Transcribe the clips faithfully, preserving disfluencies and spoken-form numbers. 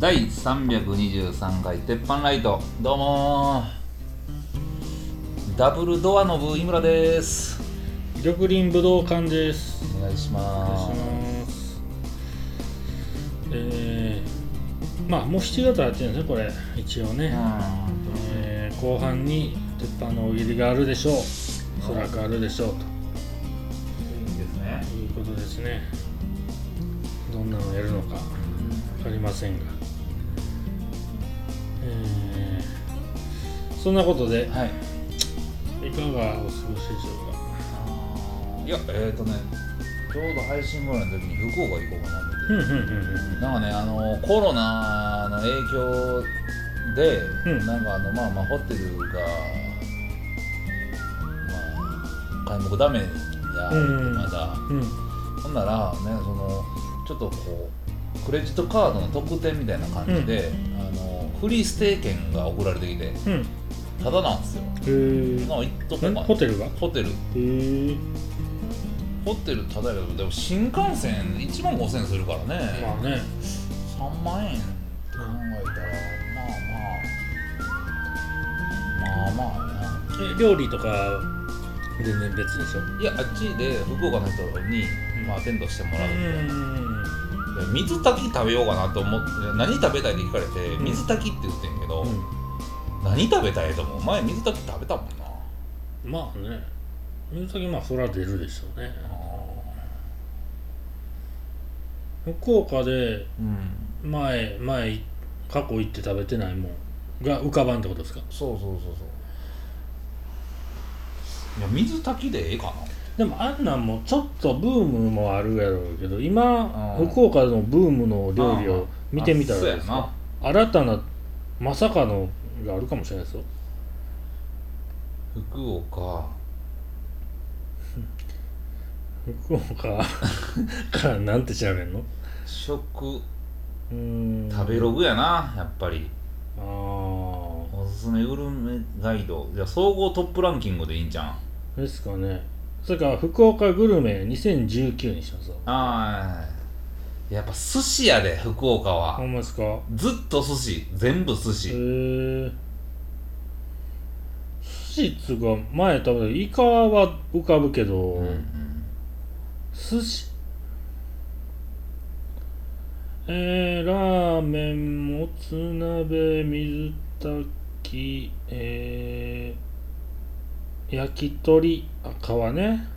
だいさんびゃくにじゅうさんかい鉄板ライト、どうもーダブルドアのブ井村です。 玉林武道館です。 お願いします。 お願いします。えー、まあもうしちがつ入ってるんですね、これ一応ね、えー、後半に鉄板の大喜利があるでしょう。おそらくあるでしょうといいですね。 いうことですね。どんなのやるのか分かりませんが、えー、そんなことで、 はい、 いかがお過ごしでしょうか。 いや、えーとねちょうど配信ぐらいの時に福岡行こうかなってなんかね、あのコロナの影響で、うん、なんかあのまあまあホテルがまあ開幕ダメやってまだ、うんうん、ほんならね、そのちょっとこうクレジットカードの特典みたいな感じで、うん、あのフリーステイ券が送られてきて、うん、ただなんですよ。へー。なんか行っとこうかな。 ホテルが？ ホテル。へー。ホテルただやけど、でも新幹線いちまんごせんえんするからね。 まあね。 さんまんえんって考えたら、まあまあまあまあやな。え、料理とか全然別でしょ？ いや、あっちで福岡の人に、まあ、アテンドしてもらうみたいな。いや、水炊き食べようかなと思って、何食べたいって聞かれて、うん、水炊きって言ってんけど、うん、何食べたいと思う？前水炊き食べたもんな。 まあね、水炊きまあそら出るでしょうね。福岡で前、うん、前過去行って食べてないもんが浮かばんってことですか？ そうそうそうそう。いや、水炊きでええかな。 でもあんなんもちょっとブームもあるやろうけど、今福岡のブームの料理を見てみたらですか、新たなまさかのがあるかもしれないですよ。 福岡福岡からなんて調べんの？ 食うーん食べログやな、やっぱり。ああ、おすすめグルメガイド。いや、総合トップランキングでいいんじゃんですかね。それから福岡グルメにせんじゅうきゅうにしますわ。 ああ、やっぱ寿司やで、福岡は。 ほんまですか？ ずっと寿司、全部寿司。へえ。 寿司っつうか、前食べたイカは浮かぶけど、うんうん、寿司、えー、ラーメン、もつ鍋、水炊き、えー、焼き鳥、あ、皮ね。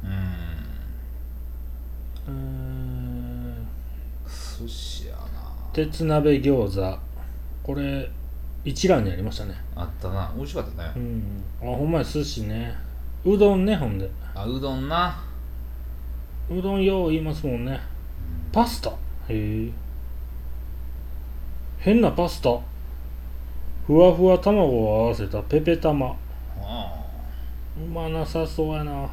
うん。うーん。 寿司やな。 鉄鍋餃子。これ、一蘭にありましたね。 あったな。美味しかったね。 うん。あ、ほんまに寿司ね。うどんね、ほんで。 あ、うどんな。 うどんよう言いますもんね。うん、パスタ。へえ。変なパスタ。ふわふわ卵を合わせたペペ玉。ああ、うまなさそうやな。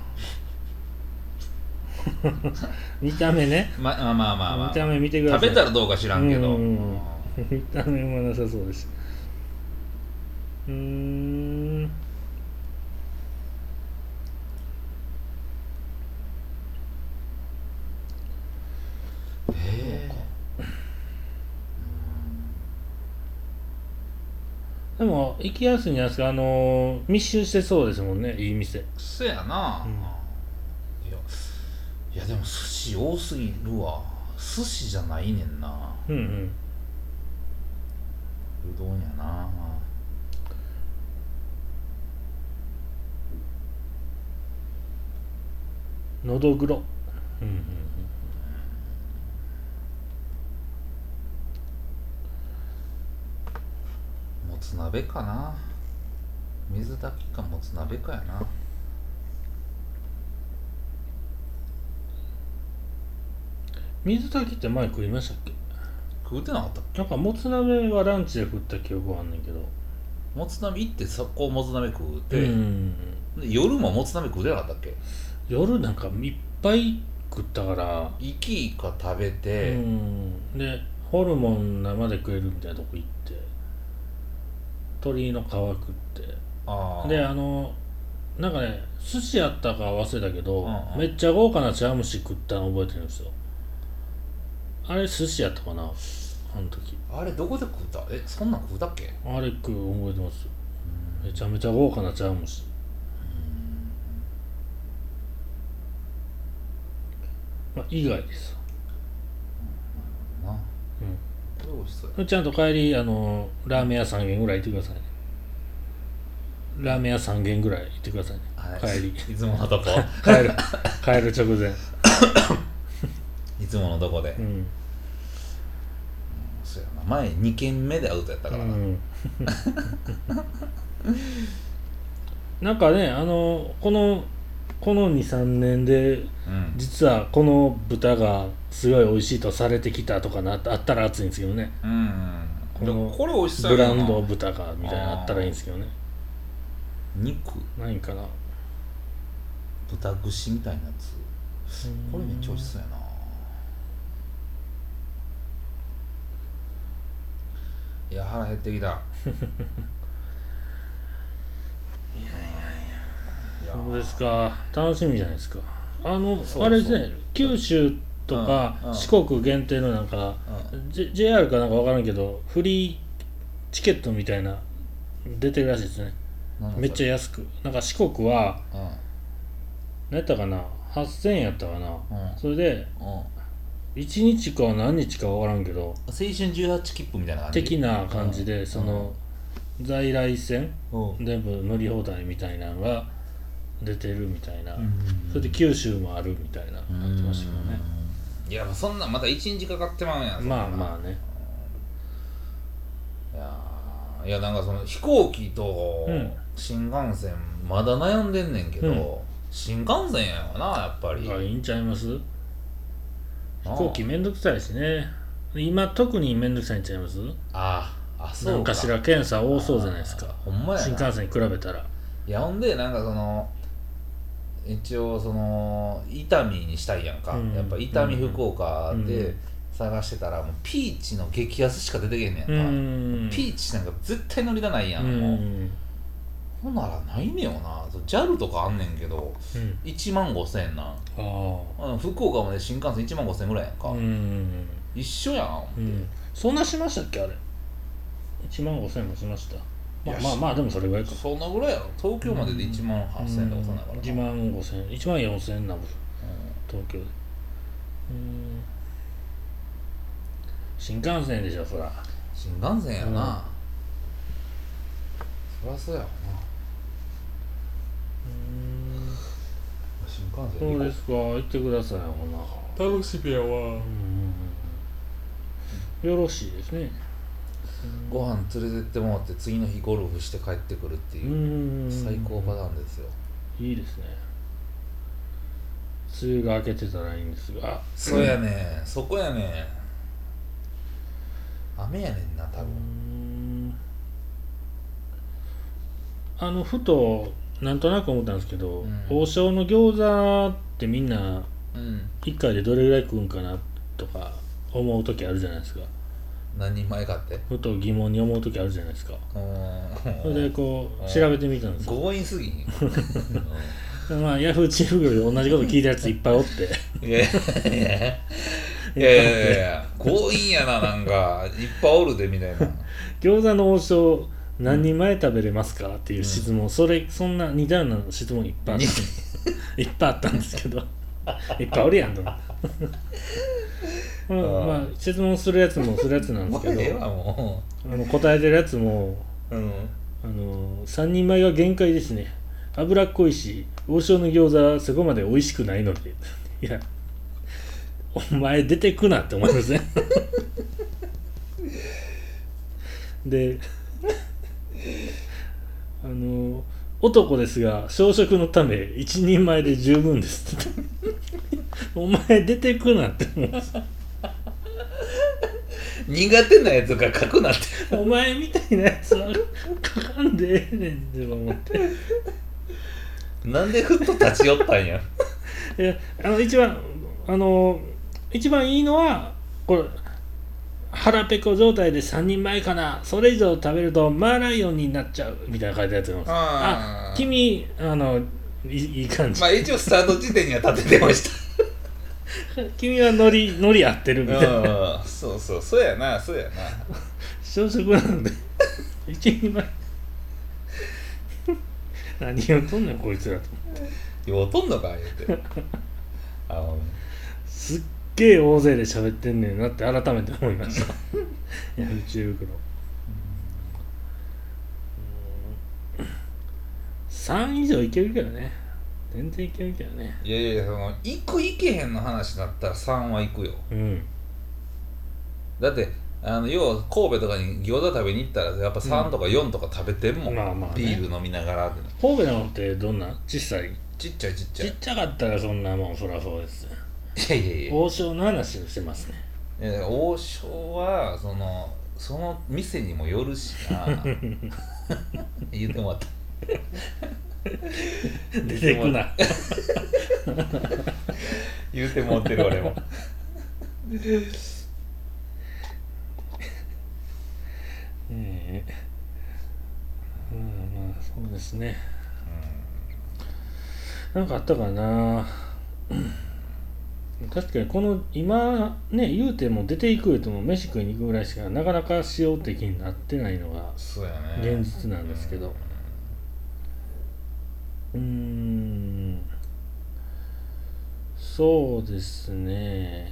見た目ね。 まあまあまあまあ。 見た目見てください。 食べたらどうか知らんけど。うんうん見た目うまなさそうです。うーん。 えーでも行きやすいんじゃないですか。あのー、密集してそうですもんね、いい店。 そやな、うん、いや、いやでも寿司多すぎるわ。寿司じゃないねんな。うんうん。うどんやな。 のどぐろ。うんうんうん。 もつ鍋かな。水炊きかもつ鍋かやな。 水炊きって前食いましたっけ？ 食うてなかったっけ？ なんかもつ鍋はランチで食った記憶はあんねんけど。 もつ鍋行ってそこもつ鍋食うて、うん、で夜ももつ鍋食うてなかったっけ？ 夜なんかいっぱい食ったからイキイカ食べて、うん、 でホルモン生で食えるみたいなとこ行って鶏の皮食って、あであのなんかね寿司やったか忘れたけど、うんうん、めっちゃ豪華な茶碗蒸し食ったの覚えてるんですよ。あれ寿司やったかな。 あの時。 あれどこで食った？え、そんなん食うたっけ？ あれ食う覚えてます。めちゃめちゃ豪華な茶碗蒸し。まあ以外です。 な、うん、これ美味しそうや。ちゃんと帰りあのラーメン屋さん軒ぐらい行ってくださいね。ラーメン屋さん軒ぐらい行ってくださいね、はい、帰りいつものとこ帰る帰る直前いつものとこで、うん、そうやな、前にけんめでアウトやったからな、うん、 なんかね、あのこのこの にさんねんで、うん、実はこの豚がすごい美味しいとされてきたとかなあったら熱いんですけどね、うん、このこれ美味しそうやな、ブランド豚がみたいなあったらいいんですけどね。 肉ないかな、 豚串みたいなやつ、これめっちゃ美味しそうやな。いや腹減ってきたいやいやいや、そうですか、楽しみじゃないですか。あのそうそうあれですね、九州とか四国限定のなんか、うん、J- ジェイアール かなんか分からんけどフリーチケットみたいな出てるらしいですね。めっちゃ安く、なんか四国は、うん、何やったかな、はっせんえんやったかな、うん、それで、うん、いちにちか何日か分からんけど青春じゅうはち切符みたいな感じ的な感じで、うん、その、うん、在来線、うん、全部乗り放題みたいなのが出てるみたいな、うん、それで九州もあるみたいななってましたけどね。 いやそんなんまたいちにちかかってまうんやん。 まあまあね、 いやいやなんかその飛行機と新幹線まだ悩んでんねんけど、うん、新幹線やわなやっぱり。 あ、いいんちゃいます。飛行機めんどくさいしね、今特にめんどくさいんちゃいます。 ああ、そうか、 なんかしら検査多そうじゃないですか、 ほんまやな、 新幹線に比べたら。 いやほんでなんかその一応その伊丹にしたいやんか、うん、やっぱ伊丹福岡で探してたらもうピーチの激安しか出てけんねやんか、うん、ピーチなんか絶対乗りたないやん、うん、もうほんならないねよな。 ジャル とかあんねんけど、うん、いちまんごせんえんなん。あ福岡まで新幹線いちまんごせんえんぐらいやんか、うん、一緒やん、うん、 そんなしましたっけあれ。いちまんごせんえんもしまました。まあまあまあでもそれぐらいか。 そんなぐらいやろ。東京まででいちまんはっせんえんとかそんなからな。 いちまんごせんえん、いちまんよんせんえんなぶ、うん、東京で。うん、新幹線でしょそら。 新幹線やな、うん、そりゃそうやわな。 うん、 新幹線そうですか、行ってくださいほな。 楽しみやわ。うん 、よろしいですね。 ご飯連れてってもらって次の日ゴルフして帰ってくるっていう最高パターンですよ。 いいですね。梅雨が明けてたらいいんですが。 そうやね、うん、そこやね。雨やねんな多分。 あのふとなんとなく思ったんですけど、うん、王将の餃子ってみんないっかいでどれぐらい食うんかなとか思う時あるじゃないですか。 何人前かってふと疑問に思う時あるじゃないですか。それでこう調べてみたんですよ。 強引すぎんまあヤフーチームで同じこと聞いたやついっぱいおっていやいやいやいやいや強引やな、なんかいっぱいおるでみたいな。 餃子の王将何人前食べれますかっていう質問、うん、それそんな似たような質問いっぱいあったいっぱいあったんですけどいっぱいおるやんと思ってまあ、まあ質問するやつもするやつなんですけど、ええわもうあの答えてるやつも、うん、あのさんにんまえが限界ですね。脂っこいし王将の餃子はそこまで美味しくないのでいやお前出てくなって思いますねであの男ですが朝食のため一人前で十分ですお前出てくなって思います苦手なやつが書くなってお前みたいなやつは書かんでええねんって思ってなんでふっと立ち寄ったんやいやあの一番あの一番いいのはこれ腹ペコ状態でさんにんまえかな、それ以上食べるとマーライオンになっちゃうみたいな書いてあるやつがああ君あのい い, いい感じ。 まあ一応スタート時点には立ててました君はノリノリ合ってるみたいな、 うん、そうそうそうやなそうやな小食なので一人前何をとんねんこいつらと思ってようとんのか言うてあのすっげえ大勢で喋ってんねんなって改めて思いましたヤフー知恵袋さん以上いけるけどね全然いけるけどねいやいやその行く行けへんの話だったらさんは行くようんだってあの要は神戸とかに餃子食べに行ったらやっぱさんとかよんとか食べてんもん、 まあまあねビール飲みながらって神戸の方ってどんな小さいちっちゃいちっちゃいちっちゃかったらそんなもんそりゃそうですいやいやいや王将の話をしてますねいや王将はそのその店にもよるしな言ってもらった出てくな言うてもってる俺もええまあまあそうですね、うん、なんかあったかな確かにこの今ね言うても出ていく言うても飯食いに行くぐらいしかなかなか使用的になってないのがそうやね現実なんですけどうーんそうですね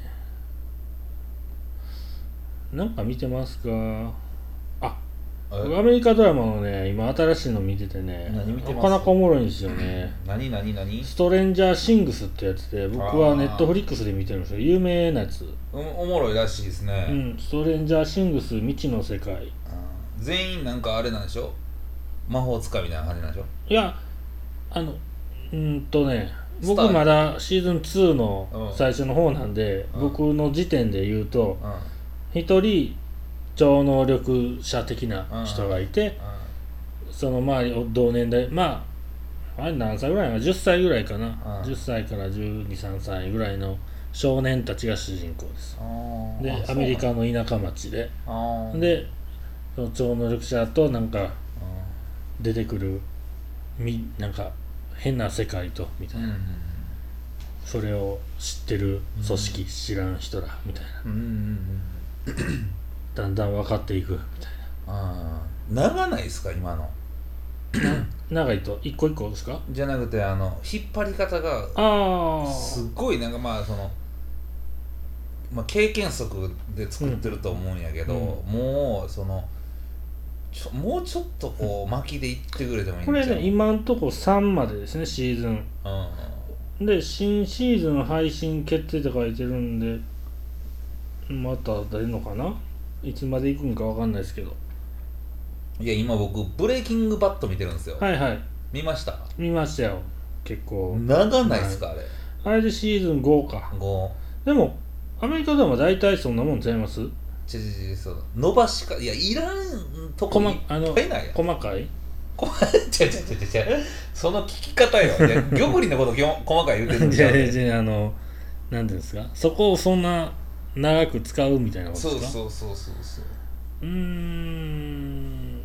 なんか見てますかあアメリカドラマのね今新しいの見ててね何見てますなかなかおもろいんですよね何何何ストレンジャーシングスってやつで僕はネットフリックスで見てるんですよ有名なやつお, おもろいらしいですね、 うん、ストレンジャーシングス未知の世界全員なんかあれなんでしょ魔法使いみたいな感じなんでしょいやあのうーんとね僕スターまだシーズンツーの最初の方なんで、 うん、 僕の時点で言うとうん、 一人超能力者的な人がいて、うんうん、その周り同年代まああれ何歳ぐらいかなじゅっさいぐらいかな、うん、じゅっさいからじゅうに、さんさいぐらいの少年たちが主人公です。でアメリカの田舎町ででその超能力者となんか出てくるみなんか変な世界とみたいな、うんうん、それを知ってる組織、うん、知らん人らみたいな、うんうんうん、だんだん分かっていくみたいなあ長ないですか今の長いと一個一個ですかじゃなくてあの引っ張り方があすごいなんかまあそのまあ、経験則で作ってると思うんやけど、うん、もうそのちょもうちょっとこう巻きでいってくれてもいいんちゃう。 これね今んとこさんまでですねシーズン、うん、で新シーズン配信決定って書いてるんでまた出るのかないつまで行くんか分かんないですけどいや今僕ブレイキングバット見てるんですよ。 はいはい。 見ました見ましたよ結構長ないっすか、はい、あれあれでシーズンごかごでもアメリカでも大体そんなもんちゃいますちょちょちょそう伸ばしかいやいらんとこいっぱいないやん細かいこちょちょちょちょその聞き方よいや玉林のこと細かい言うてるんじゃあじゃああのなんていうんですかそこをそんな長く使うみたいなことですかそうそうそうそうそううーん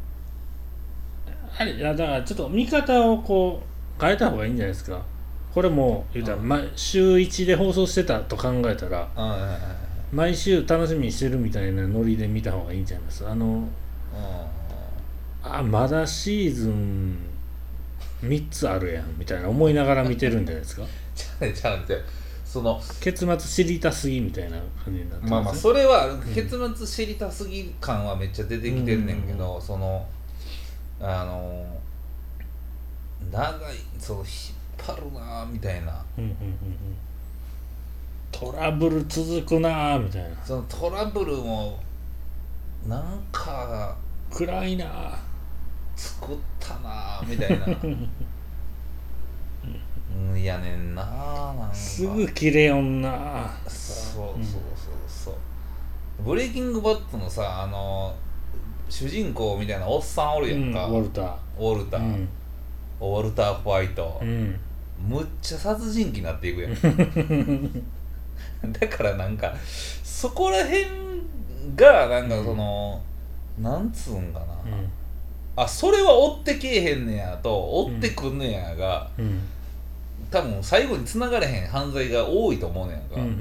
あれいやだからちょっと見方をこう変えた方がいいんじゃないですかこれも言うたら、うん、週いちで放送してたと考えたら、うん、毎週楽しみにしてるみたいなノリで見た方がいいんちゃいますあの、うん、あまだシーズンみっつあるやんみたいな思いながら見てるんじゃないですかちゃうちゃうちゃうその結末知りたすぎみたいな感じになってます、ね、 まあまあそれは結末知りたすぎ感はめっちゃ出てきてんねんけど、うん、そのあの長いその引っ張るなみたいな、うんうんうんうん、 トラブル続くなみたいなそのトラブルもなんか暗いな作ったなみたいなうん、いやねんななんかすぐ切れよんなそうそうそうそう、うん、ブレイキングバットのさあの主人公みたいなおっさんおるやんか、 うん、ウォルターウォルター、うん、ウォルター・ホワイト、 うん、 むっちゃ殺人鬼になっていくやんだからなんかそこら辺がなんかその、うん、なんつうんかな、うん、あそれは追ってけえへんねやと追ってくんねやが、 うん、 多分最後に繋がれへん犯罪が多いと思うねんか、 うんうんうん、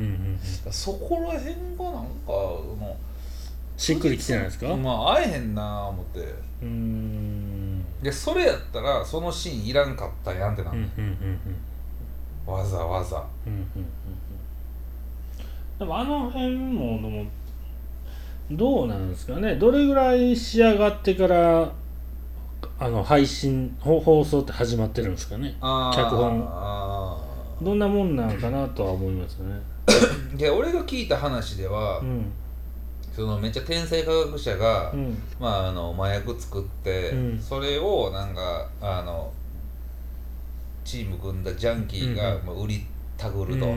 そこら辺がなんかもうしっくりきてないですか？ まあ会えへんな思って、 うーん、 でそれやったらそのシーンいらんかったやんってなん、 うんうんうんうん、 わざわざ、 うんうんうんうん、でもあの辺もでもどうなんですかね、どれぐらい仕上がってからあの配信放送って始まってるんですかね、脚本あどんなもんなんかなとは思いますね。 で俺が聞いた話では、うん、そのめっちゃ天才科学者が、うん、まあ、あの麻薬作って、うん、それをなんかあのチーム組んだジャンキーが売りたぐると、うん、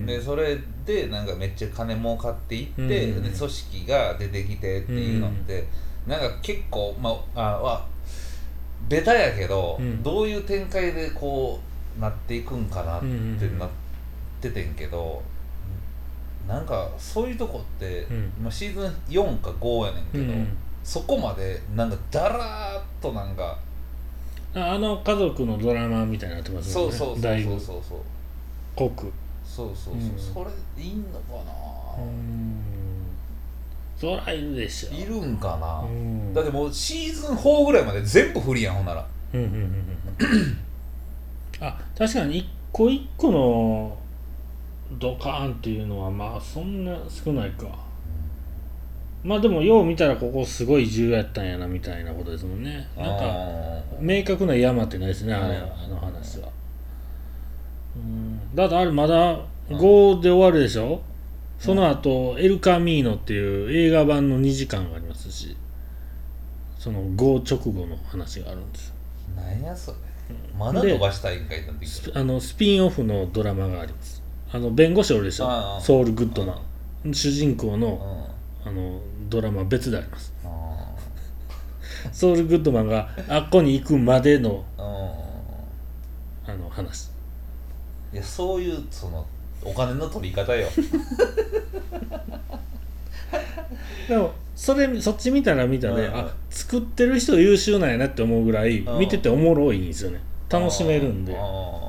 でそれでなんかめっちゃ金儲かっていって、うん、で組織が出てきてっていうのって、うん、なんか結構まああベタやけど、うん、どういう展開でこうなっていくんかなってなっててんけど、なんかそういうとこって、うん、まあ、シーズンよんかごやねんけど、うん、そこまでなんかだらーっとなんかあの家族のドラマみたいになってますよね。 そうそうそうそうそうそう濃く、 そうそうそう、うん、それいいのかな。うーん、 そらいるでしょ。 いるんかな、うん、だってもうシーズンよんぐらいまで全部フリーやん、ほんなら。うんうんうんうんあ、確かに一個一個のドカーンっていうのはまあそんな少ないか。まあでもよう見たらここすごい重要やったんやなみたいなことですもんね。なんか明確な山ってないですね、あれ、あの話は。うん、だってあれまだごで終わるでしょ。その後エルカミーノっていう映画版のにじかんがありますし、そのご直後の話があるんですよ。 何やそれ、まだ伸ばしたいんかいなんてあのスピンオフのドラマがあります。あの弁護士おるでしょ、ソウル・グッドマン、主人公のあのドラマ別であります。ソウル・グッドマンがあっこに行くまでのあの話。 いや、そういうそのお金の取り方よ。 でもそれそっち見たら見たで、あ、作ってる人優秀なんやなって思うぐらい見てておもろいんですよね。楽しめるんで。うん、い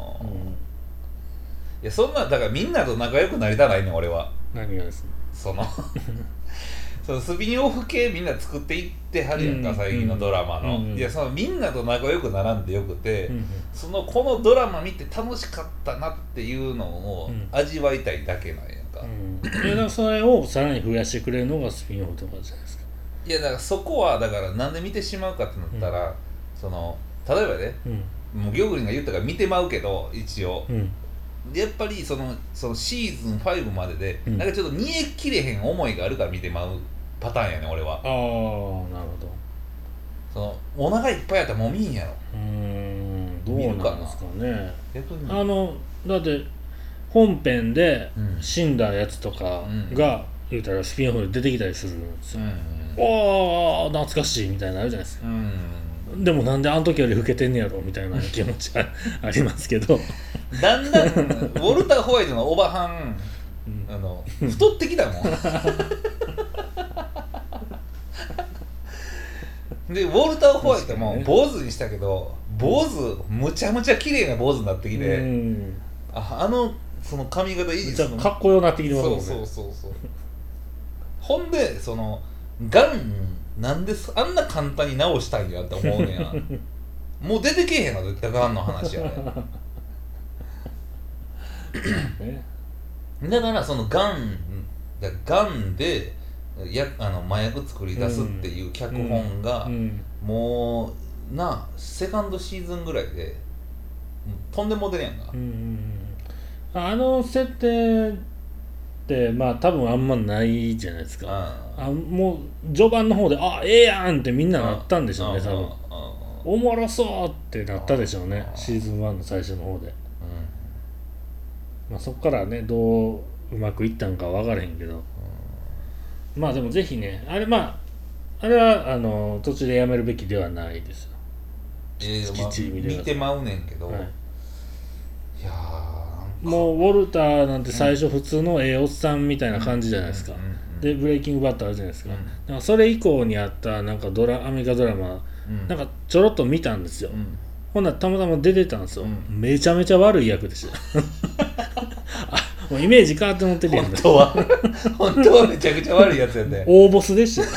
や、そんなだからみんなと仲良くなりたないねん俺は。 何がですね、 そのそのスピンオフ系みんな作っていってはるやんか、うん、最近のドラマの、うんうん、いや、そのみんなと仲良くならんでよくて、うんうん、そのこのドラマ見て楽しかったなっていうのを味わいたいだけなんやんか、 うん、いや、だからそれをさらに増やしてくれるのがスピンオフとかじゃないですか。 いや、だからそこはだからなんで見てしまうかってなったら、うん、その例えばね、うん、もうギョグリンが言ったから見てまうけど一応、うん、やっぱりその、そのシーズンごまでで、うん、なんかちょっと煮えきれへん思いがあるから見てまうパターンやねん俺は。 ああ、なるほど。 そのお腹いっぱいやったらもう見んやろ。 うーん、どうなんですかね。あのだって本編で死んだやつとかが、うん、言うたらスピンオフで出てきたりするんですよ。うんうん、おー懐かしいみたいなのあるじゃないですか。うん、でもなんであの時より老けてんねやろみたいな気持ちはありますけど。 だんだんウォルター・ホワイトのおばはん、うん、あの太ってきたもん。でウォルター・ホワイトも坊主にしたけど、坊主むちゃむちゃ綺麗な坊主になってきて、うん、あ, あのその髪型いいですね。 かっこよなってきてますもんね。 そうそうそうそう。ほんでそのガンなんであんな簡単に直したんやって思うねや。もう出てけえへんの絶対ガンの話やね。だからそのガンガンでやあの麻薬作り出すっていう脚本が、うんうん、もうなセカンドシーズンぐらいでとんでも出るやんか、うんうんうん、あの設定ってまあ多分あんまないじゃないですか。ああもう序盤の方であええやんってみんななったんでしょうね。多分おもろそうってなったでしょうね、シーズンワンの最初の方で、うんまあ、そっからねどううまくいったんか分からへんけど、うん、まあでもぜひねあれまああれはあの途中でやめるべきではないですよ。 えーまあ、見てまうねんけど、はい、いやもうウォルターなんて最初普通のええおっさんみたいな感じじゃないですか、うんうんうんうん、でブレイキングバッドあるじゃないですか、うん、だからそれ以降にあったなんかドラアメリカドラマ、うん、なんかちょろっと見たんですよ、うん、 ほんならたまたま出てたんですよ、 うん、 めちゃめちゃ悪い役でしたあもうイメージ変わって持ってるやん本当は本当はめちゃくちゃ悪いやつやで大ボスでした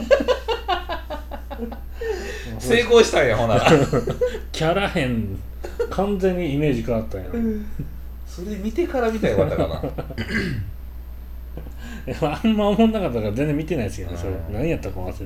成功したんやほならキャラ変完全にイメージ変わったんやそれ見てから見たらよかったかなあんま思んなかったから全然見てないですけどね、それ何やったか忘れた。う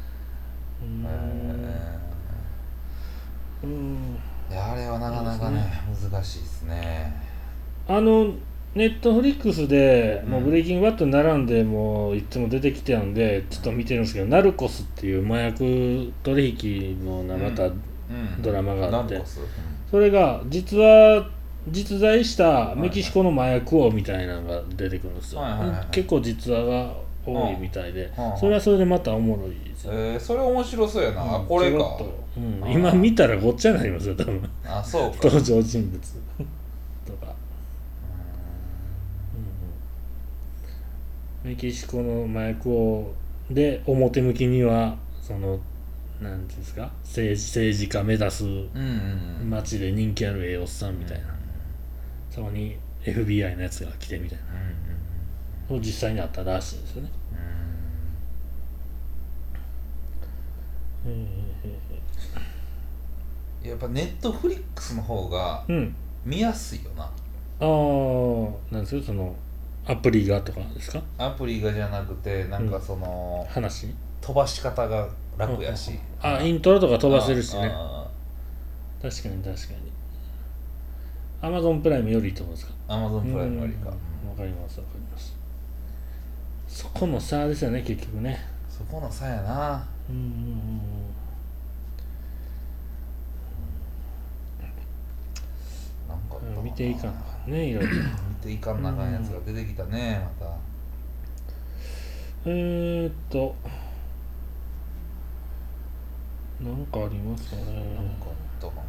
ーんいやあれはなかなかね、ね難しいですね。 あのネットフリックスで、うん、もうブレイキングバッドに並んでもういつも出てきてたんでちょっと見てるんですけど、うん、ナルコスっていう麻薬取引のまたドラマがあって、うんうん、それが実は実在したメキシコの麻薬王みたいなのが出てくるんですよ、はいはいはい、結構実話が多いみたいで、うん、それはそれでまたおもろいですよ、 えー、それ面白そうやな、うん、これか、 うん、今見たらごっちゃになりますよ多分あそうか登場人物とか、うん、メキシコの麻薬王で表向きにはそのなんていうんですか 政治、政治家目指す街で人気あるええおっさんみたいな、そこに エフビーアイ のやつが来てみたいな、うんうん、実際にあったらしいんですよね、 うん、やっぱネットフリックスの方が見やすいよな、 うん、ああなんですよそのアプリがとかですか。 アプリがじゃなくてなんかその、 うん、話飛ばし方が楽やし、 うん、あイントロとか飛ばせるしね、確かに確かにアマゾンプライムよりいいと思うんですか。 アマゾンプライムよりか。わかりますわかります。そこの差ですよね結局ね。 そこの差やな。うんうんうん。なんかあったかな。 見ていかんなねいろいろ。見ていかんなあかんやつが出てきたねまた。 えーっとなんかありますかね。なんかあったかな。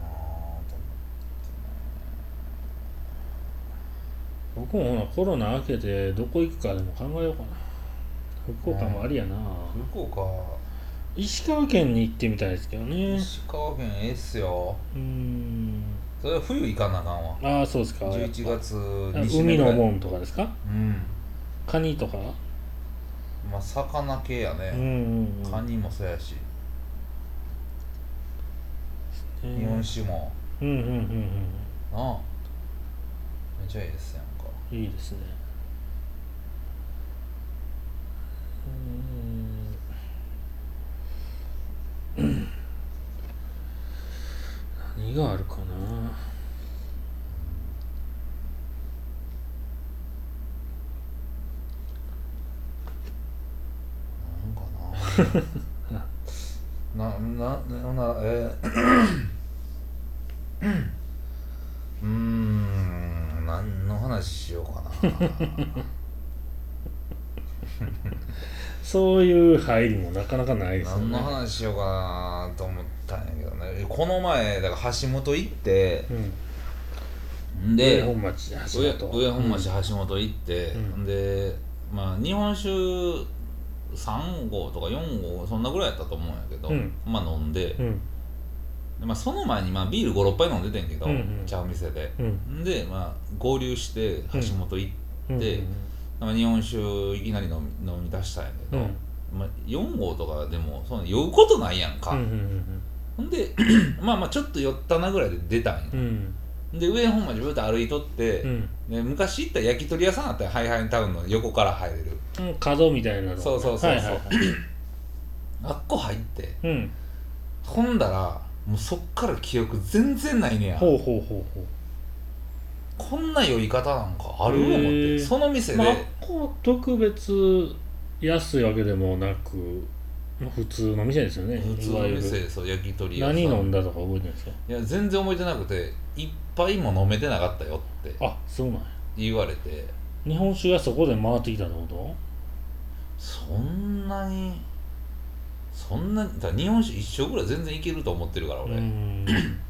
僕もほなコロナ明けてどこ行くかでも考えようかな。福岡もありやな、うん、 福岡石川県に行ってみたいですけどね。 石川県ええっすよ。うーんそれは冬行かなあかんわ。 ああそうですか。 じゅういちがつにしめぐらい海の門とかですか。うんカニとかまあ魚系やね、うんうんうん、カニもそうやし、えー、日本酒もうんうんうんうんなあめちゃいいですやんか。 いいですね。うーん何があるかな。 なんかななななえー、うーん何の話しようかなそういう入りもなかなかないですよね。 何の話しようかなと思ったんやけどね。この前だから橋本行って、うん、で上本町橋本上本町橋本行って、うん、でまあ日本酒さんごうとかよんごうそんなぐらいやったと思うんやけど、うん、まあ飲んで、うん、でまあ、その前にまあビールごろっぱい飲んでてんけど、うんうん、茶店で、うん、でまあ合流して橋本行って、うんうんうんなんか日本酒いきなり飲み、飲み出したんやけど、うんまあ、よんごうとかでもそんな酔うことないやんか、うんうんうん、ほんでまあまあちょっと酔ったなぐらいで出たんや、うん、で上本町ぶーっと歩いとって、うん、で昔行った焼き鳥屋さんあったよハイハイタウンの横から入れる、 うん、角みたいなのそうそうそうそう、はいはいはい、あっこ入って、うん、ほんだらもうそっから記憶全然ないねや。 ほうほうほうほうこんな酔い方なんかある思ってその店で、まあ、 こう特別安いわけでもなく、まあ、普通の店ですよね。 普通の店そう焼き鳥屋さん何飲んだとか覚えてないですか。 いや全然覚えてなくて一杯も飲めてなかったよってあそうなんや言われて。 日本酒がそこで回ってきたってこと。 そんなにそんなだ日本酒一升ぐらい全然いけると思ってるから俺うん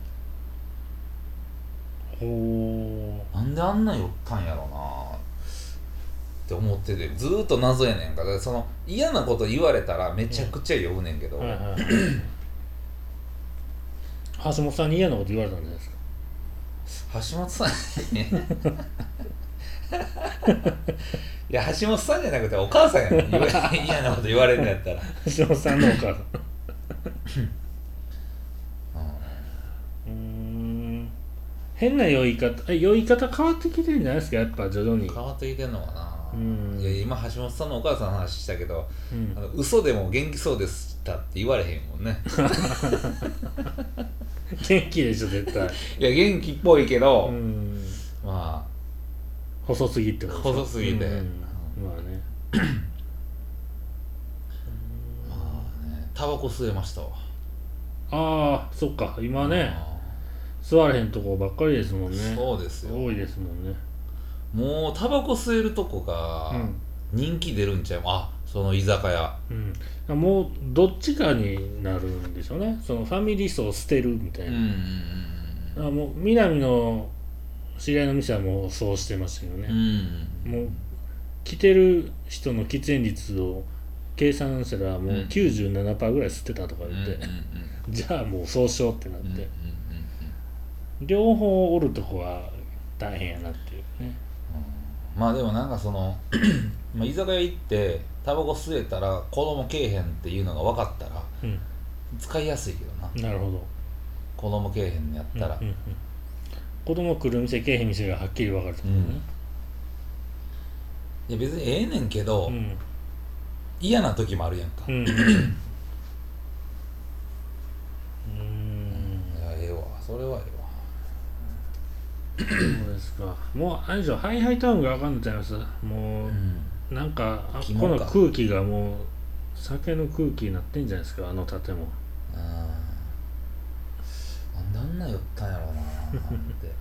ほうなんであんな酔ったんやろうなって思っててずーっと謎やねんか。だからその嫌なこと言われたらめちゃくちゃ酔うねんけど、うんはいはい、 橋本さんに嫌なこと言われたんじゃないですか。 橋本さんいや橋本さんじゃなくてお母さんやん嫌なこと言われるんやったら橋本さんのお母さんうーん変な酔い方酔い方変わってきてるんじゃないですか、やっぱ徐々に。 変わってきてんのかな。 うんいや今橋本さんのお母さんの話したけど、 うん、 あの嘘でも元気そうでしたって言われへんもんね元気でしょ絶対。 いや元気っぽいけど、 うん、 まあ細すぎってこと細すぎて、 うん、まあねまあねタバコ吸えましたわ。 ああそっか今ね吸われへんとこばっかりですもんね。 そうですよ、 多いですもんね。 もうタバコ吸えるとこが人気出るんちゃう、あその居酒屋、 うん、もうどっちかになるんでしょうね、そのファミリー層を捨てるみたいな、 うんうんあもう南の知り合いの店はもうそうしてましたけどね、 うんうんもう来てる人の喫煙率を計算したらもう きゅうじゅうななパーセント ぐらい吸ってたとか言って、 うんうんうん、 じゃあもうそうしようってなって、 うんうんうんうん、両方おるとこは大変やなっていうね。 まあでもなんかそのまあ居酒屋行ってタバコ吸えたら子供けえへんっていうのが分かったらうん使いやすいけどな、 なるほど。 子供けえへんやったら、 うんうんうん、子供来る店けえへん店がはっきり分かるところね、 いや別にええねんけど、 うん、 嫌な時もあるやんか、 うんうん、うんいやええわそれはえそうですか。もうあれでしょ、ハイハイタウンが分かんのちゃいます。もう、 えわ、うん、 なんかあこ肝かの空気がもう酒の空気になってんじゃないですか、あの建物。 あーなんであんな酔ったんやろうなってびっ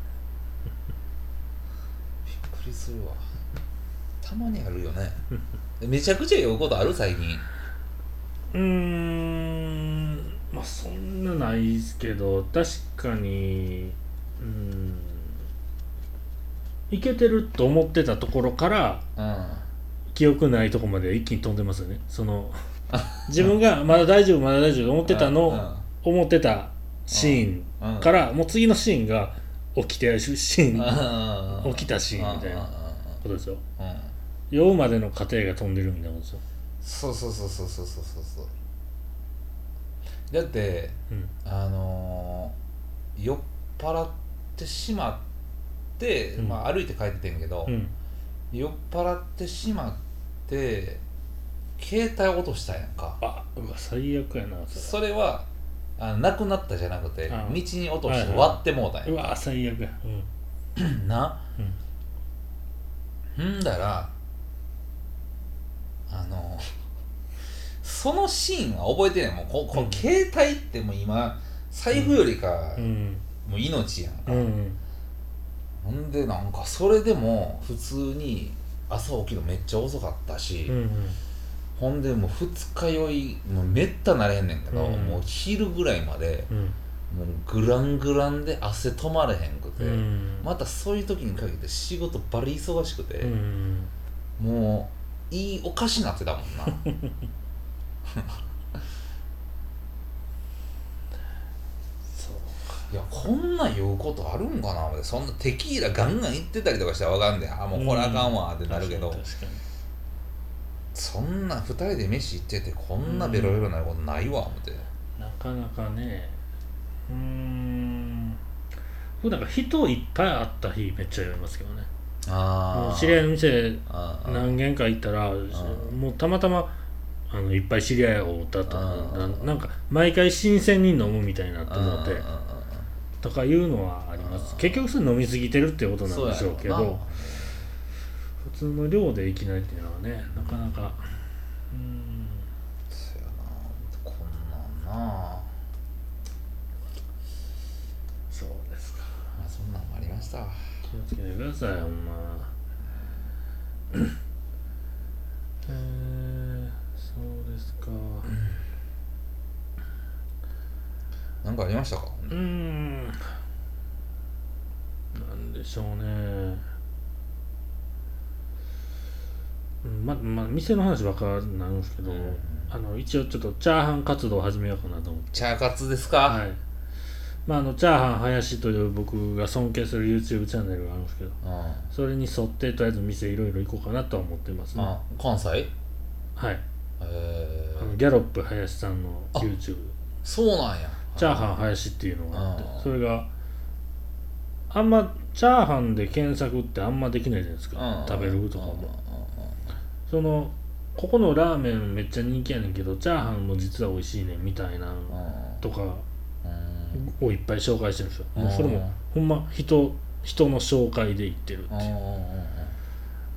くりするわ。たまにあるよねめちゃくちゃ酔うことある最近。 うーんまあそんなないですけど、確かにうーんいけてると思ってたところからうん記憶ないとこまで一気に飛んでますよね。その自分がまだ大丈夫まだ大丈夫思ってたの思ってたシーンからもう次のシーンが起きてるシーン起きたシーンみたいなことですよ。酔うまでの過程が飛んでるみたいなことですよ。 そうそうそうそうそうそうそうそうだって、 うん、 あのー、酔っ払ってしまって、うんまあ、歩いて帰ってんけど、うん、酔っ払ってしまって携帯落としたやんか。 あうわ最悪やなそれ。それはあなくなったじゃなくて道に落として割ってもうたんや、 うわ最悪や、 うん、な、うん、んだらあのそのシーンは覚えてないもん。ここ、うん、携帯ってもう今財布よりか、うん、もう命やんか、うん、ほんでなんかそれでも普通に朝起きるのめっちゃ遅かったし、うんうん、ほんでもう二日酔いもうめったなれへんねんけど、うん、もう昼ぐらいまで、うん、もうグラングランで汗止まれへんくて、うん、またそういう時に限って仕事バリ忙しくて、うん、もういいおかしなってたもんなそういやこんな酔うことあるんかな。そんなテキーラガンガンいってたりとかしたらわかんねん、あもうこれあかんわってなるけど、うん、そんなふたりで飯行っててこんなベロベロなることないわ思って、 なかなかね。うーん僕なんか人いっぱい会った日めっちゃ酔いますけどね。あ知り合いの店何軒か行ったらもうたまたまあのいっぱい知り合いをおったとな, なんか毎回新鮮に飲むみたいになって思ってとかいうのはあります。結局それ飲みすぎてるってことなんでしょうけど、普通の量でいきないっていうのはねなかなかうーんそうやなこんなんな。 そうですか。 まあそんなんもありました。 気をつけてくださいほんまえー、そうですか。 なんかありましたか。 うーんなんでしょうね。まま店の話ばっかりなんですけど、うん、あの一応ちょっとチャーハン活動を始めようかなと思って。 チャー活ですか。 はい。 まあ、あのチャーハン林という僕が尊敬する YouTube チャンネルがあるんですけど、 うん、 それに沿ってとりあえず店いろいろ行こうかなとは思ってますね。 あ関西。 はい。 えあのギャロップ林さんの YouTube そうなんや。 チャーハン林っていうのがあって、 あそれがあんまチャーハンで検索ってあんまできないじゃないですか、食べるとかも。そのここのラーメンめっちゃ人気やねんけどチャーハンも実は美味しいねんみたいなとかをいっぱい紹介してるんですよ。もうそれもほんま人人の紹介で行ってるっていう。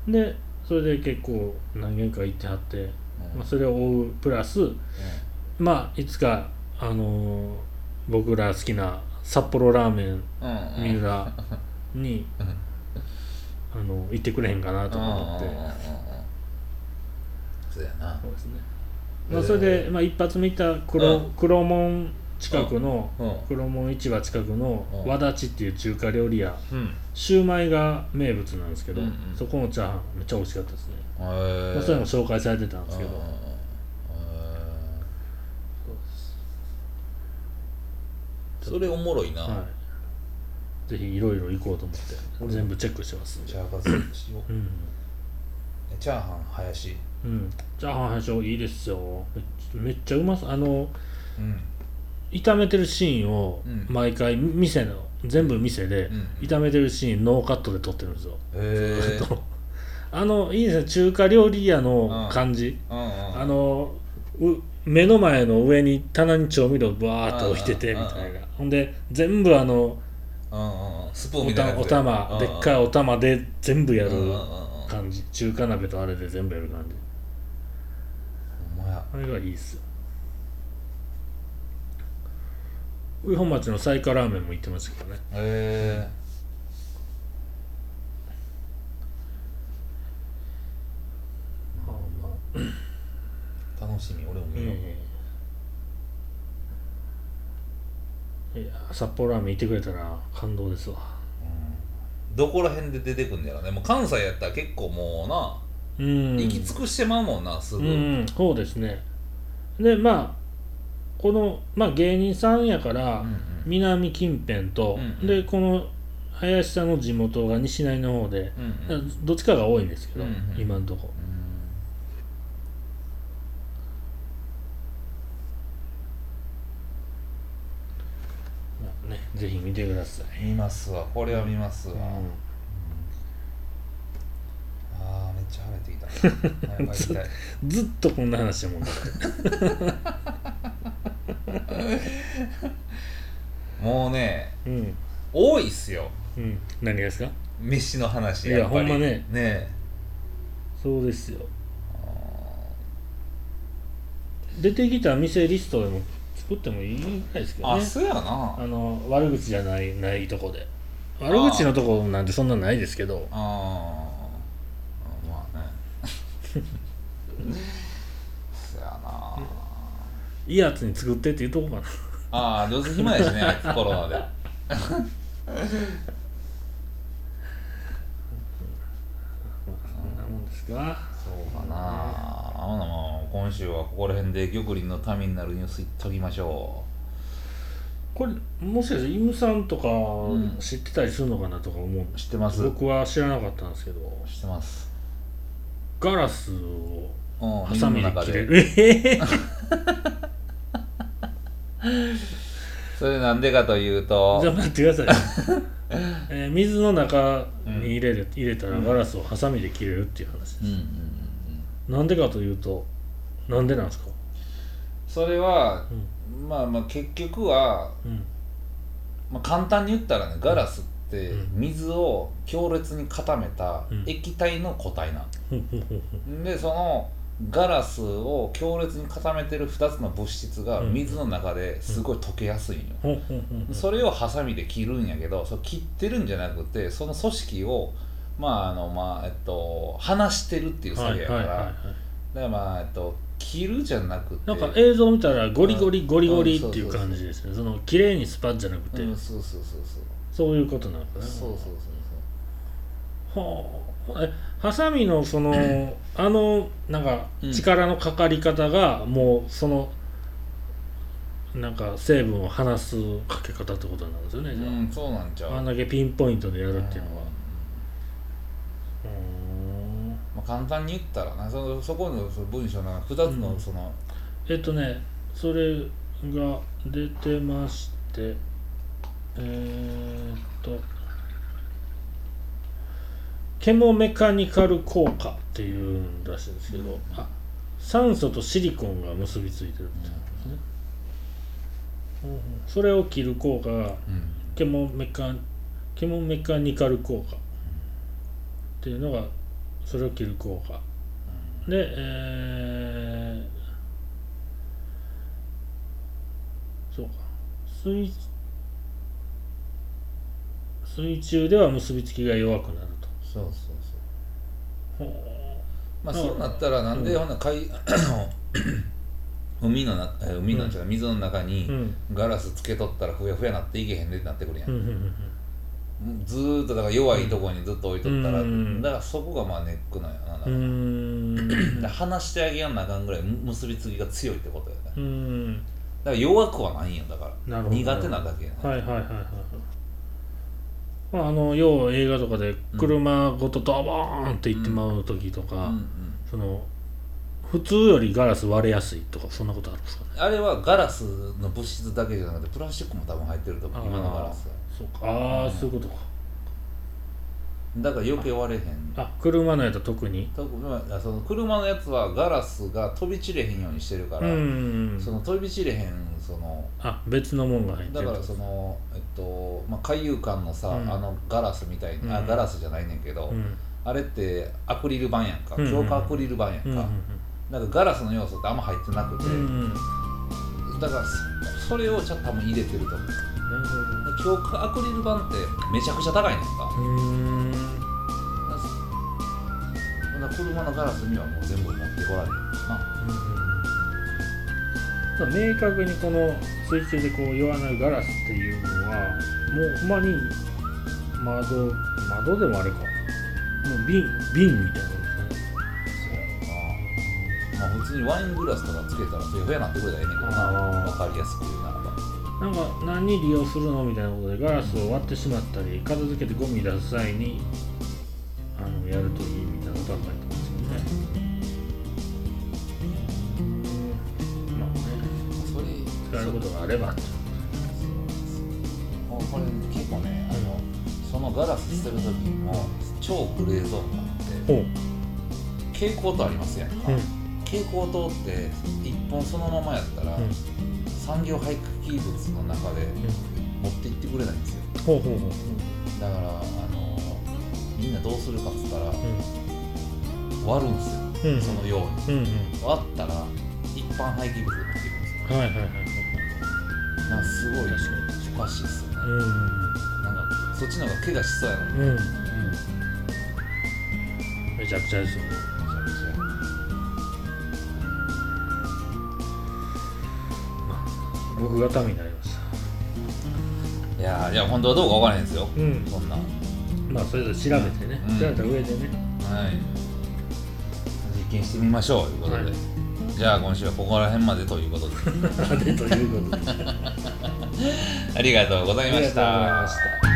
でそれで結構何軒か行ってはって、まあ、それを追うプラス、まあいつかあのー、僕ら好きな札幌ラーメン三浦にあの行ってくれへんかなとか思って。 そうやな。 そうですね。まあそれで、まあ、一発目行った黒、うん、黒門近くの、うん、黒門市場近くの和立っていう中華料理屋、うん、シューマイが名物なんですけど、うんうん、そこのチャーハンめっちゃ美味しかったですね。まあ、そういうの紹介されてたんですけど、そうですそれおもろいな、はい、ぜひいろいろ行こうと思って全部チェックしてますんで。 チャーハンしよう、うん、チャーハン林、 うん、チャーハン林いいですよ。め っ, めっちゃうまそう。あの、うん、炒めてるシーンを毎回店の全部店で炒めてるシーンノーカットで撮ってるんですよ。へーあのいいですね、中華料理屋の感じ、うんうんうん、あの目の前の上に棚に調味料バーッと置いててみたいな、ほんで全部あの、うんうん、スプーンみたいなやつでお玉、うんうん、でっかいお玉で全部やる感じ、中華鍋とあれで全部やる感じ。ほんまや、あれがいいっすよ。上本町の彩華ラーメンも行ってましたけどね。へえ。 楽しみ、俺も見よう、 えー、いや札幌ラーメン行ってくれたら感動ですわ、 うん、どこら辺で出てくんだよね。もう関西やったら結構もうな、うん、行き尽くしてまうもんな、すぐ、うん、 そうですね。でまあこの、まあ、芸人さんやから、うんうん、南近辺と、うんうん、でこの林さんの地元が西成の方で、うんうん、どっちかが多いんですけど、うんうん、今のところ、ね、ぜひ見てください。 見ますわ、これは見ますわ、うんうん、あーめっちゃ晴れてきたず, ずっとこんな話やもんだもうね、うん、多いっすよ、 うん、何がですか。 飯の話やっぱり。いやほんまね、ねそうですよ。出てきた店リストでも作ってもいいぐらいですけどね。 あ、そうやな。 あの悪口じゃないないとこで。悪口のとこなんてそんなないですけど。ああ、まあね。 そうやな。 いいやつに作ってって言うとこかな。 ああ、どうせ暇やしね、あいつコロナで。そんなもんですか。 そうかな。あほなもう今週はここら辺で玉林の民になるニュースいっときましょう。これもしかしてイムさんとか知ってたりするのかなとか思う、うん、 知ってます。 僕は知らなかったんですけど。 知ってます。 ガラスをハサミで切れる。えーそれなんでかというと、 じゃあ待ってください、えー、水の中に入れる、うん、入れたらガラスをハサミで切れるっていう話です、うんうんうんうん、なんでかというとなんでなんですか。 それは、うん、まあまあ結局は、うんまあ、簡単に言ったらね、ガラスって水を強烈に固めた液体の固体な、うん、でそのガラスを強烈に固めてるふたつの物質が水の中ですごい溶けやすいんよ、うん、それをハサミで切るんやけど、それ切ってるんじゃなくてその組織をまああのまあえっと離してるっていう作業やから、はいはいはいはい、だからまあえっと切るじゃなくて、 なんか映像見たらゴリゴリゴリゴリっていう感じですね。その綺麗にスパッじゃなくて、うん、そうそうそうそうそういうことなんですね。そうそうそうそうはあ。えハサミのそのあのなんか力のかかり方がもうそのなんか成分を離すかけ方ってことなんですよね。じゃあ、 うん、そうなんちゃう。 あんだけピンポイントでやるっていうのは、うーん、 まあ、簡単に言ったらな、そのそこのその文章のふたつのその、 えっとねそれが出てまして、えー、っとケモメカニカル効果っていうんらしいんですけど、あ、酸素とシリコンが結びついてるみたいなんですね、うんうん、それを切る効果が、うん、ケモメカケモメカニカル効果っていうのがそれを切る効果、うん、で、えー、そうか水水中では結びつきが弱くなると。 そうそうそう。まあそうなったらなんで、うん、ほんな海海のな海の、うん、水の中にガラスつけとったらふやふやなっていけへんでってなってくるやん。うんうんうん、ずーっとだから弱いところにずっと置いとったら、うん、だからそこがまあネックなんやな。だから、うん、離してあげやんなあかんぐらい結びつきが強いってことやね。うん、だから弱くはないんやだから。苦手なだけやね。 はいはいはいはい。まあ、あの要は映画とかで車ごとドボーンっていってまう時とか、うんうんうん、その普通よりガラス割れやすいとかそんなことあるんですかね。 あれはガラスの物質だけじゃなくてプラスチックも多分入ってると思う今のガラスは。 そうか、ああ、うん、そういうことか。 だから余計割れへん。 あ、車のやつは特にその車のやつはガラスが飛び散れへんようにしてるから、うん、その飛び散れへんそのあ別のもんが入ってる。 だからそのえっとまあ海遊館のさ、うん、あのガラスみたいに、うん、あガラスじゃないねんけど、うん、あれってアクリル板やんか、うん、強化アクリル板やんか、うんうん、だからガラスの要素ってあんま入ってなくて、うんうん、だからそれをちょっと多分入れてると思う。強化アクリル板ってめちゃくちゃ高いねんか。うーん車のガラスにはもう全部持ってこられへんな、 うん、明確にこの水中でこう弱なるガラスっていうのはもうほんまに窓窓でもあれかもう瓶瓶みたいなことですね。 そうやな。まあ普通にワイングラスとかつけたらふやふやなってくれたらええねんけどな、分かりやすく言うならば。 なんか何に利用するのみたいなことでガラスを割ってしまったり片付けてゴミ出す際にあのやるといいみたいなことは書いてますよね。まあね、それ使えることがあればってこれ結構ね、あのそのガラス捨てる時にも超グレーゾーンがあって蛍光灯ありますやんか、うん、蛍光灯って一本そのままやったら、うん、産業廃棄物の中で持って行ってくれないんですよ、うん、ほうほうほう。だからあのみんなどうするかっつったら、うん、割るんですよ、うん、そのように、うんうん、割ったら一般廃棄物が持っていくんですよ。はいはいはい。なんかすごいおかしいっすよね、うん、なんかそっちの方が怪我しそうやのに、うんうん、 めちゃくちゃですよね。めちゃくちゃ、まあ、僕がためになりました。 いやいや本当はどうか分からへんですよ、うん、そんなまあそれぞれ調べてね、うん、調べた上でね、 はい、実験してみましょうということで、はい、じゃあ今週はここら辺までということでまでということでありがとうございました。 ありがとうございました。